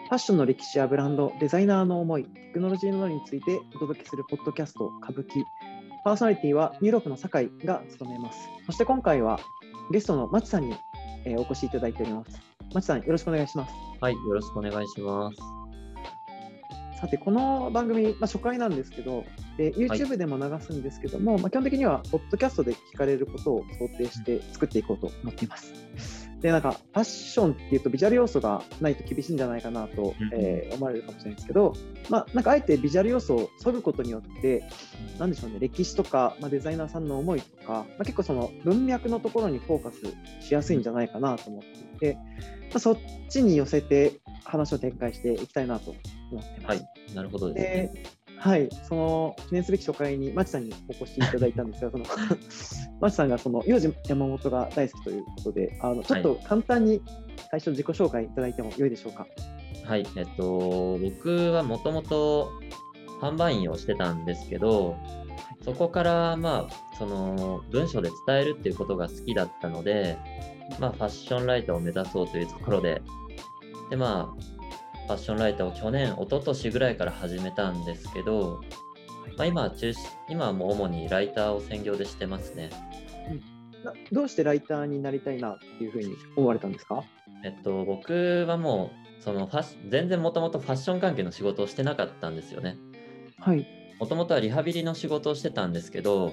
ファッションの歴史やブランド、デザイナーの思い、テクノロジーなどについてお届けするポッドキャスト、歌舞伎。パーソナリティはニューロープの酒井が務めます。そして今回はゲストの町さんにお越しいただいております。町さん、よろしくお願いします。 はい、よろしくお願いします。 さて、この番組、初回なんですけど、YouTube でも流すんですけども、基本的にはポッドキャストで聞かれることを想定して作っていこうと思っています。で、ファッションっていうとビジュアル要素がないと厳しいんじゃないかなと、思われるかもしれないですけど、あえてビジュアル要素を削ぐことによって、なんでしょうね、歴史とか、デザイナーさんの思いとか、結構その文脈のところにフォーカスしやすいんじゃないかなと思っていて、そっちに寄せて話を展開していきたいなと思ってます。 はい、なるほどですね。 はい、その記念すべき初回に町さんにお越しいただいたんですが、町さんがその幼児山本が大好きということで、ちょっと簡単に最初自己紹介いただいてもよいでしょうか。 はい、僕はもともと販売員をしてたんですけど、そこからその文章で伝えるっていうことが好きだったので、ファッションライターを目指そうというところで、ファッションライターを去年、一昨年ぐらいから始めたんですけど、今はもう主にライターを専業でしてますね。 どうしてライターになりたいなっていうふうに思われたんですか？ 僕はもう全然もともとファッション関係の仕事をしてなかったんですよね。 はい。 もともとはリハビリの仕事をしてたんですけど、 はい、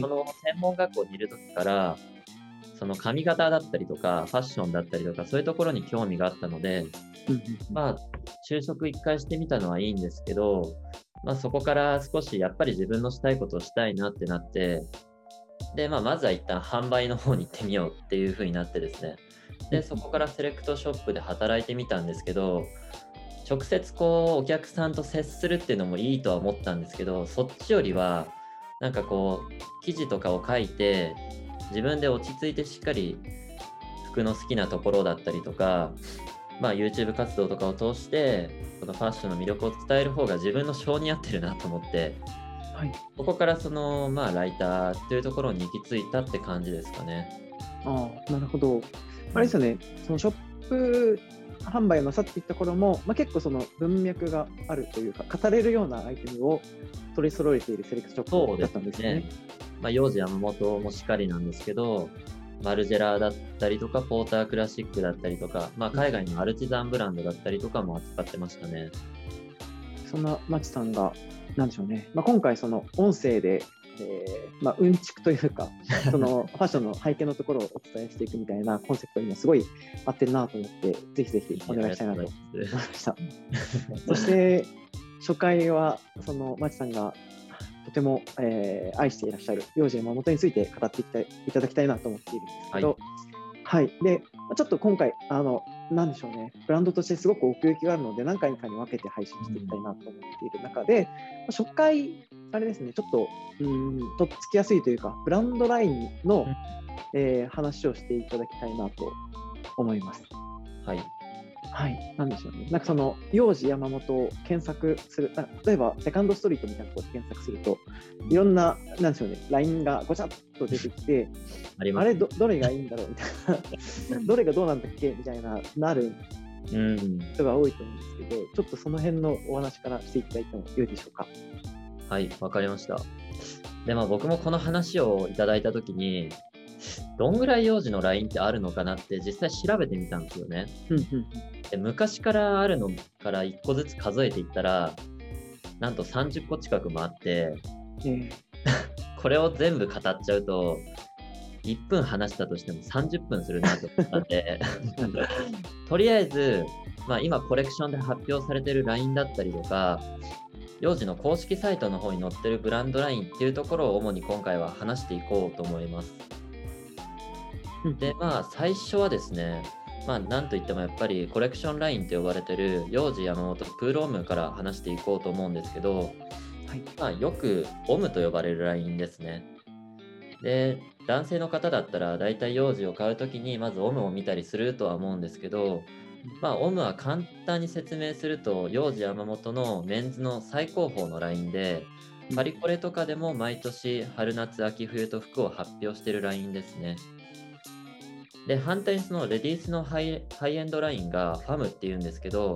その専門学校にいる時から、その髪型だったりとか、ファッションだったりとか、そういうところに興味があったので、就職一回してみたのはいいんですけど、そこから少しやっぱり自分のしたいことをしたいなってなって、で、まずは一旦販売の方に行ってみようっていう風になってですね。で、そこからセレクトショップで働いてみたんですけど、直接お客さんと接するっていうのもいいとは思ったんですけど、そっちよりは、記事とかを書いて、自分で落ち着いてしっかり服の好きなところだったりとか、YouTube 活動とかを通して、このファッションの魅力を伝える方が自分の性に合ってるなと思って、ここからライターというところに行き着いたって感じですかね。 なるほど。あれですよね、そのショップ販売をなさっていった頃も、結構その文脈があるというか、語れるようなアイテムを取り揃えているセレクトショップだったんですね。 幼児山本もしかりなんですけど、マルジェラだったりとか、ポータークラシックだったりとか、海外のアルチザンブランドだったりとかも扱ってましたね。 そんな町さんが、なんでしょうね、今回その音声で、うんちくというか、そのファッションの背景のところをお伝えしていくみたいなコンセプトにもすごい合ってるなと思って、ぜひぜひお願いしたいなと思いました。そして初回はその町さんがとても、愛していらっしゃる幼児山本について語っていただきたいなと思っているんですけど、でちょっと今回なんでしょうね、ブランドとしてすごく奥行きがあるので何回かに分けて配信していきたいなと思っている中で、初回あれですね、ちょっととっつきやすいというか、ブランドラインの、話をしていただきたいなと思います。なんでしょうね。その幼児山本を検索する、例えばセカンドストリートみたいなところで検索すると、いろんな、なんでしょうね、ラインがごちゃっと出てきて、あれどれがいいんだろうみたいな、どれがどうなんだっけみたいなる人が多いと思うんですけど、ちょっとその辺のお話からしていただいてもよいでしょうか。 はい、わかりました。で、僕もこの話をいただいたときに、どんぐらい幼児のラインってあるのかなって実際調べてみたんですよね。で、昔からあるのから1個ずつ数えていったら、なんと30個近くもあって、これを全部語っちゃうと、1分話したとしても30分するなと思ったんで、とりあえず、今コレクションで発表されているラインだったりとか、幼児の公式サイトの方に載ってるブランドラインっていうところを主に今回は話していこうと思います。で、最初はですね、なんといってもやっぱりコレクションラインと呼ばれてる幼児山本プールオムから話していこうと思うんですけど、よくオムと呼ばれるラインですね。で、男性の方だったらだいたい幼児を買うときにまずオムを見たりするとは思うんですけど、オムは簡単に説明すると、幼児山本のメンズの最高峰のラインで、パリコレとかでも毎年春夏秋冬と服を発表しているラインですね。で、反対にそのレディースのハイエンドラインがファムっていうんですけど、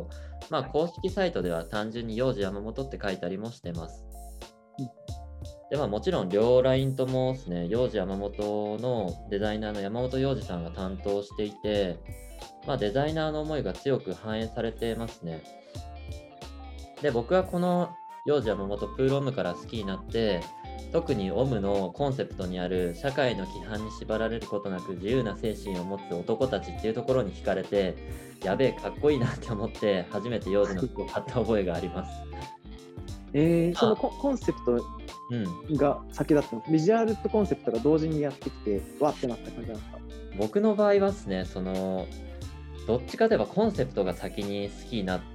まあ、公式サイトでは単純に幼児山本って書いたりもしてます。 うんで、まあ、もちろん両ラインともですね、幼児山本のデザイナーの山本洋二さんが担当していて、まあ、デザイナーの思いが強く反映されてますね。で、僕はこの幼児山本プールオムから好きになって、特にオムのコンセプトにある社会の規範に縛られることなく自由な精神を持つ男たちっていうところに惹かれて、やべえ、かっこいいなって思って初めて幼児の服を買った覚えがあります。 そのコンセプトが先だったの、ビジュアルとコンセプトが同時にやってきて、わってなった感じなんですか？ 僕の場合はですね、どっちかといえばコンセプトが先に好きになって、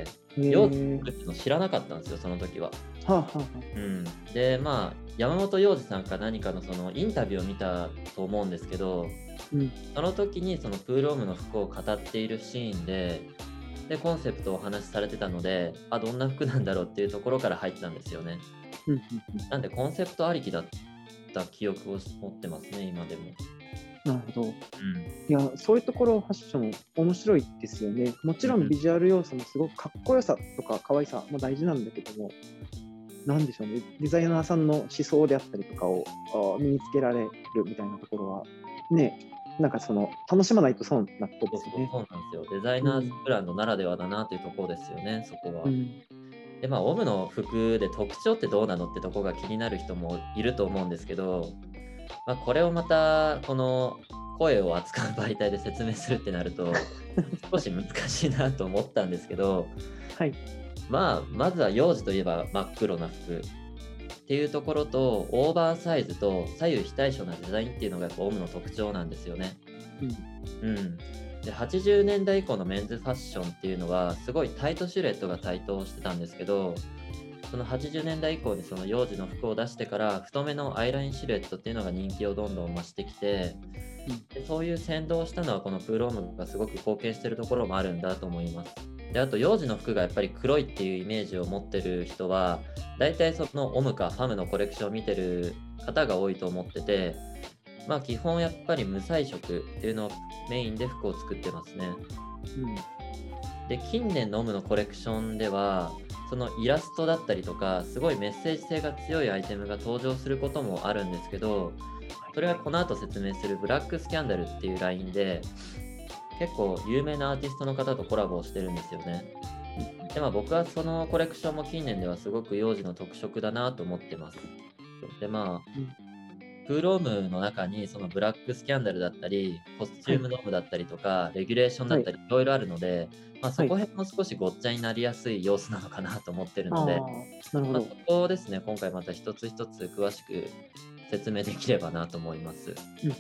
幼児の服っていうの知らなかったんですよ、その時は。で、まあ、山本洋二さんか何かのそのインタビューを見たと思うんですけど、その時にそのプールオムの服を語っているシーンで、コンセプトをお話しされてたので、どんな服なんだろうっていうところから入ったんですよね。なんでコンセプトありきだった記憶を持ってますね、今でも。 なるほど。いや、そういうところファッション面白いですよね。もちろんビジュアル要素もすごくかっこよさとか可愛さも大事なんだけども、なんでしょうね、デザイナーさんの思想であったりとかを身につけられるみたいなところはね、なんか楽しまないと損なことですよね。 そうなんですよ。デザイナーブランドならではだなというところですよね、そこは。で、まあ、オムの服で特徴ってどうなのってところが気になる人もいると思うんですけど、まあ、これをまたこの声を扱う媒体で説明するってなると少し難しいなと思ったんですけど、まあ、まずは幼児といえば真っ黒な服っていうところと、オーバーサイズと左右非対称なデザインっていうのがやっぱオムの特徴なんですよね。で、80年代以降のメンズファッションっていうのはすごいタイトシルエットが台頭してたんですけど、その80年代以降にその幼児の服を出してから太めのアイラインシルエットっていうのが人気をどんどん増してきて、でそういう先導をしたのはこのプールオムがすごく貢献してるところもあるんだと思います。で、あと幼児の服がやっぱり黒いっていうイメージを持ってる人は大体そのオムかファムのコレクションを見てる方が多いと思ってて、まあ基本やっぱり無彩色っていうのをメインで服を作ってますね。で、近年のオムのコレクションではそのイラストだったりとかすごいメッセージ性が強いアイテムが登場することもあるんですけど、それはこの後説明するブラックスキャンダルっていうラインで結構有名なアーティストの方とコラボをしてるんですよね。で、まあ、僕はそのコレクションも近年ではすごく幼児の特色だなと思ってます。で、まあ、プールオムの中にそのブラックスキャンダルだったりコスチュームドームだったりとか、レギュレーションだったりいろいろあるので、まあ、そこへんも少しごっちゃになりやすい様子なのかなと思ってるので、そこをですね、今回また一つ一つ詳しく説明できればなと思います。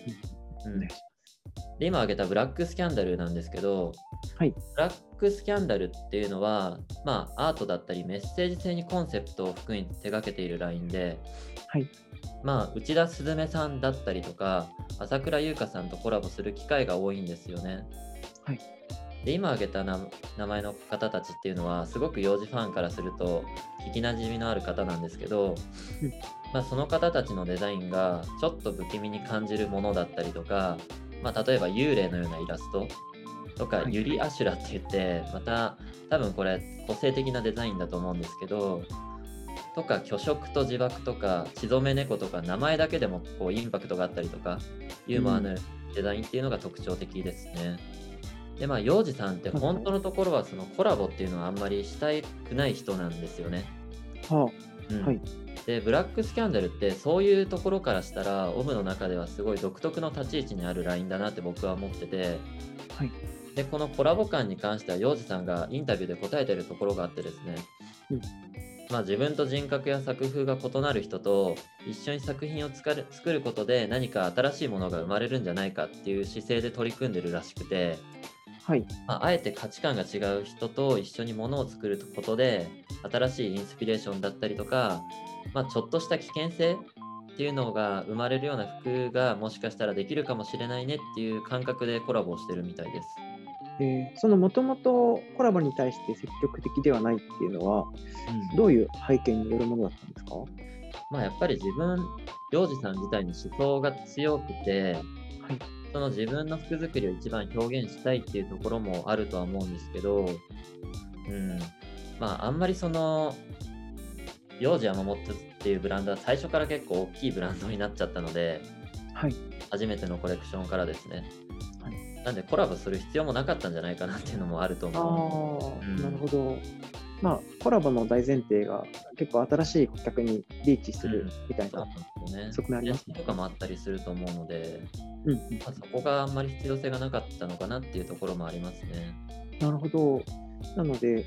で、今挙げたブラックスキャンダルなんですけど、ブラックスキャンダルっていうのは、まあ、アートだったりメッセージ性にコンセプトを含めて手掛けているラインで、まあ、内田すずめさんだったりとか朝倉優香さんとコラボする機会が多いんですよね。で、今挙げた名前の方たちっていうのはすごく幼児ファンからすると聞きなじみのある方なんですけど、まあ、その方たちのデザインがちょっと不気味に感じるものだったりとか、まあ、例えば幽霊のようなイラストとか、ユリアシュラって言ってまた多分これ個性的なデザインだと思うんですけど、とか虚飾と自爆とか血染め猫とか名前だけでもこうインパクトがあったりとかユーモアのデザインっていうのが特徴的ですね。で、まあ、幼児さんって本当のところはそのコラボっていうのはあんまりしたくない人なんですよね。で、ブラックスキャンダルってそういうところからしたらオムの中ではすごい独特の立ち位置にあるラインだなって僕は思ってて、で、このコラボ感に関しては幼児さんがインタビューで答えてるところがあってですね、まあ、自分と人格や作風が異なる人と一緒に作品を作ることで何か新しいものが生まれるんじゃないかっていう姿勢で取り組んでるらしくて、まあ、あえて価値観が違う人と一緒にものを作ることで新しいインスピレーションだったりとか、まあ、ちょっとした危険性っていうのが生まれるような服がもしかしたらできるかもしれないねっていう感覚でコラボをしてるみたいです。 そのもともとコラボに対して積極的ではないっていうのは、どういう背景によるものだったんですか？ まあ、やっぱり幼児さん自体の思想が強くて、その自分の服作りを一番表現したいっていうところもあるとは思うんですけど、 まああんまりそのヨウジヤマモトっていうブランドは最初から結構大きいブランドになっちゃったので、 はい。 初めてのコレクションからですね。 はい。 なんでコラボする必要もなかったんじゃないかなっていうのもあると思う。 なるほど。まあ、コラボの大前提が結構新しい顧客にリーチするみたいな側面ありますね。 とかもあったりすると思うので、 うんまあ、そこがあんまり必要性がなかったのかなっていうところもありますね。 なるほど。なので、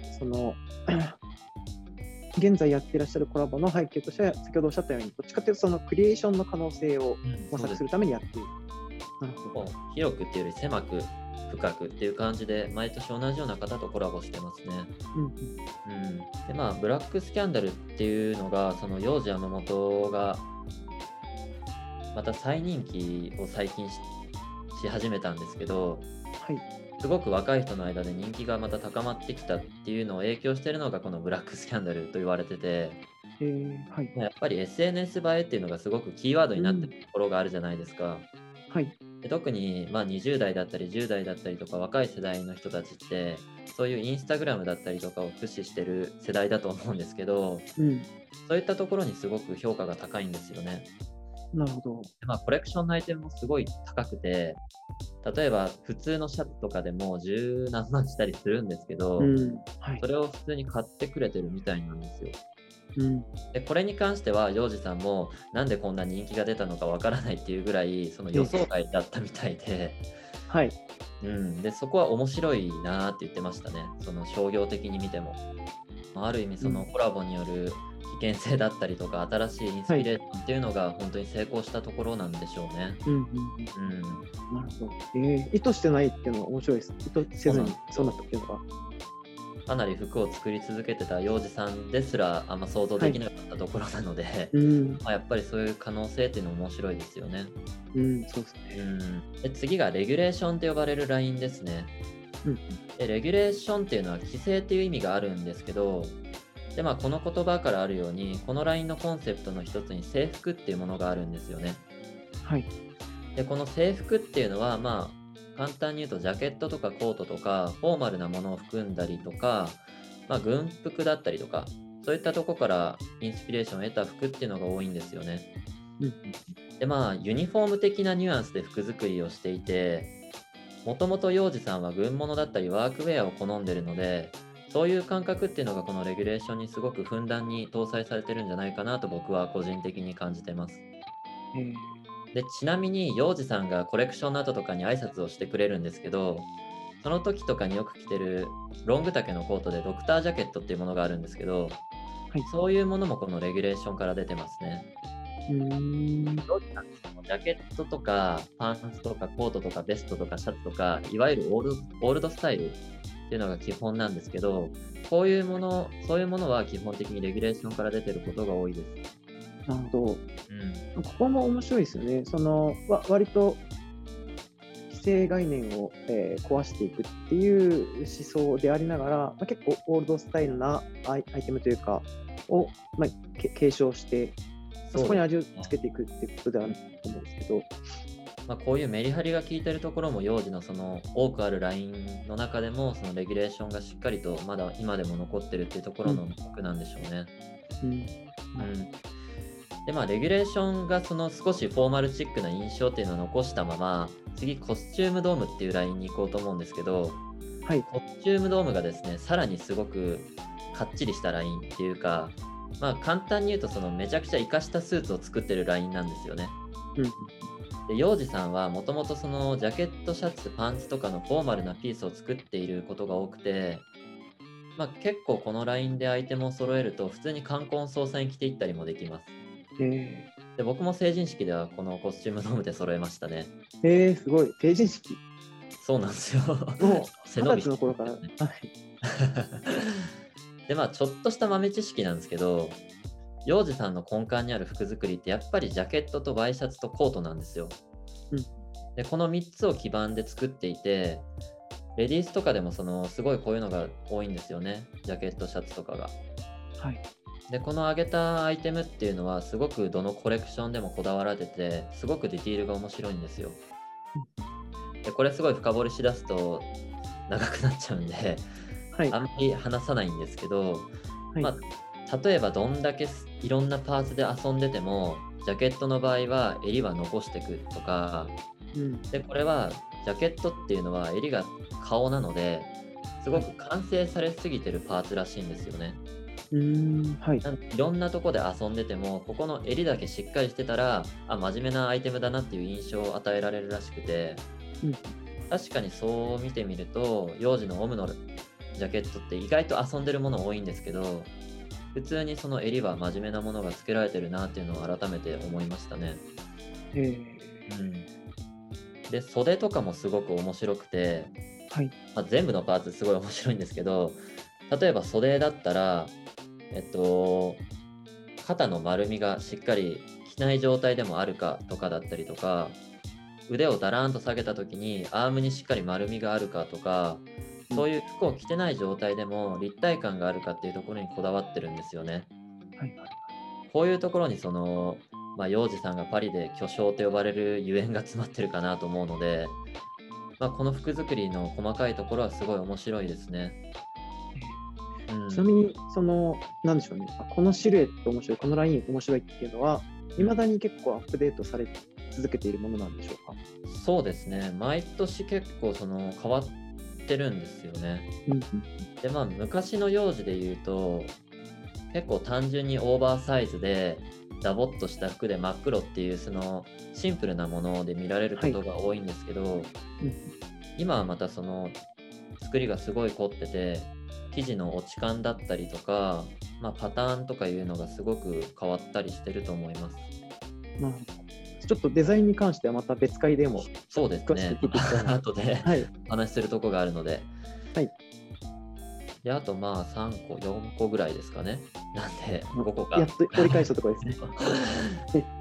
現在やっていらっしゃるコラボの背景としては、先ほどおっしゃったように、どっちかというとそのクリエーションの可能性を模索するためにやっている。 なるほど。広くっていうより狭く深くっていう感じで毎年同じような方とコラボしてますね。でまあブラックスキャンダルっていうのがそのヨウジヤマモトがまた再人気を最近 し始めたんですけど、 はい、 すごく若い人の間で人気がまた高まってきたっていうのを影響しているのがこのブラックスキャンダルと言われてて、 はい、 やっぱり SNS 映えっていうのがすごくキーワードになってるところがあるじゃないですか。 はい、 で特にまあ20代だったり10代だったりとか若い世代の人たちってそういうインスタグラムだったりとかを駆使してる世代だと思うんですけど、そういったところにすごく評価が高いんですよね。 なるほど。 まあコレクションのアイテムもすごい高くて、例えば普通のシャツとかでも十何万したりするんですけど、それを普通に買ってくれてるみたいなんですよ。でこれに関してはヨウジさんもなんでこんな人気が出たのかわからないっていうぐらいその予想外だったみたいで、 はい、 でそこは面白いなって言ってましたね。その商業的に見ても、ある意味そのコラボによる危険性だったりとか新しいインスピレーションっていうのが本当に成功したところなんでしょうね。 なるほど。意図してないっていうのは面白いです。意図せずにそうなったっていうのが。 かなり服を作り続けてたヨウジさんですらあんま想像できなかったところなので、やっぱりそういう可能性っていうのも面白いですよね。 そうですね。 で次がレギュレーションと呼ばれるラインですね。でレギュレーションっていうのは規制っていう意味があるんですけど、でこの言葉からあるようにこのラインのコンセプトの一つに制服っていうものがあるんですよね。でこの制服っていうのは簡単に言うとジャケットとかコートとかフォーマルなものを含んだりとか、軍服だったりとかそういったとこからインスピレーションを得た服っていうのが多いんですよね。でユニフォーム的なニュアンスで服作りをしていて、もともとヨウジさんは軍物だったりワークウェアを好んでるので、そういう感覚っていうのがこのレギュレーションにすごくふんだんに搭載されてるんじゃないかなと僕は個人的に感じてます。でちなみにヨウジさんがコレクションの後とかに挨拶をしてくれるんですけど、その時とかによく着てるロング丈のコートでドクタージャケットっていうものがあるんですけど、そういうものもこのレギュレーションから出てますね。ヨウジさんのジャケットとかパンツとかコートとかベストとかシャツとかいわゆるオールドスタイルっていうのが基本なんですけど、そういうものは基本的にレギュレーションから出てることが多いです。 なるほど。ここも面白いですよね。割と既成概念を、壊していくっていう思想でありながら、結構オールドスタイルなアイテムというかを、継承して、そこに味をつけていくっていうことではあると思うんですけど。 こういうメリハリが効いてるところもヨウジのその多くあるラインの中でもそのレギュレーションがしっかりとまだ今でも残ってるっていうところの魅力なんでしょうね。でレギュレーションがその少しフォーマルチックな印象っていうのを残したまま次コスチュームドームっていうラインに行こうと思うんですけど、コスチュームドームがですねさらにすごくかっちりしたラインっていうか、簡単に言うとそのめちゃくちゃ活かしたスーツを作ってるラインなんですよね。でヨウジさんはもともとそのジャケットシャツパンツとかのフォーマルなピースを作っていることが多くて、結構このラインでアイテムを揃えると普通に冠婚葬祭に着ていったりもできます。で僕も成人式ではこのコスチュームドームで揃えましたね。 すごい。成人式。 そうなんですよ。 背伸びの頃から。でちょっとした豆知識なんですけど、ヨウジさんの根幹にある服作りってやっぱりジャケットとワイシャツとコートなんですよ。でこの3つを基盤で作っていて、レディースとかでもすごいこういうのが多いんですよね。ジャケットシャツとかが。でこの挙げたアイテムっていうのはすごくどのコレクションでもこだわられててすごくディティールが面白いんですよ。でこれすごい深掘りしだすと長くなっちゃうんではい。 あんまり話さないんですけど、 はい。 まあ、例えばどんだけいろんなパーツで遊んでても、ジャケットの場合は襟は残していくとか、 うん。 で、これはジャケットっていうのは襟が顔なので、すごはい。 く完成されすぎてるパーツらしいんですよね。 はい。 なんでいろんなとこで遊んでても、ここの襟だけしっかりしてたら、あ、真面目なアイテムだなっていう印象を与えられるらしくて、 うん。 確かにそう見てみると、幼児のオムのジャケットって意外と遊んでるもの多いんですけど、普通にその襟は真面目なものが付けられてるなっていうのを改めて思いましたね。 えー、 うん。で、袖とかもすごく面白くて、 はい。 全部のパーツすごい面白いんですけど、例えば袖だったら、えっと、肩の丸みがしっかり着ない状態でもあるかとかだったりとか、腕をだらーんと下げた時にアームにしっかり丸みがあるかとか、 うん。 そういう服を着てない状態でも立体感があるかっていうところにこだわってるんですよね。 はい。はい。 こういうところに幼児さんがパリで巨匠と呼ばれるゆえんが詰まってるかなと思うので、この服作りの細かいところはすごい面白いですね。うん。 ちなみに、なんでしょうね。このシルエット面白い、このライン面白いっていうのは、いまだに結構アップデートされ続けているものなんでしょうか。 そうですね。毎年結構変わってるんですよね。 うん。 で、昔の幼児で言うと、結構単純にオーバーサイズで、ダボっとした服で真っ黒っていう、シンプルなもので見られるはい。 ことが多いんですけど、 うん。 今はまた作りがすごい凝ってて、生地の落ち感だったりとか、パターンとかいうのがすごく変わったりしてると思います。 なるほど。ちょっとデザインに関してはまた別会でもそうです詳しくね。 聞いていきたいな。 後ではい。 お話しするとこがあるので。 はい。 で、あと3個、4個ぐらいですかね。なんで5個か。 やっと折り返したところですね。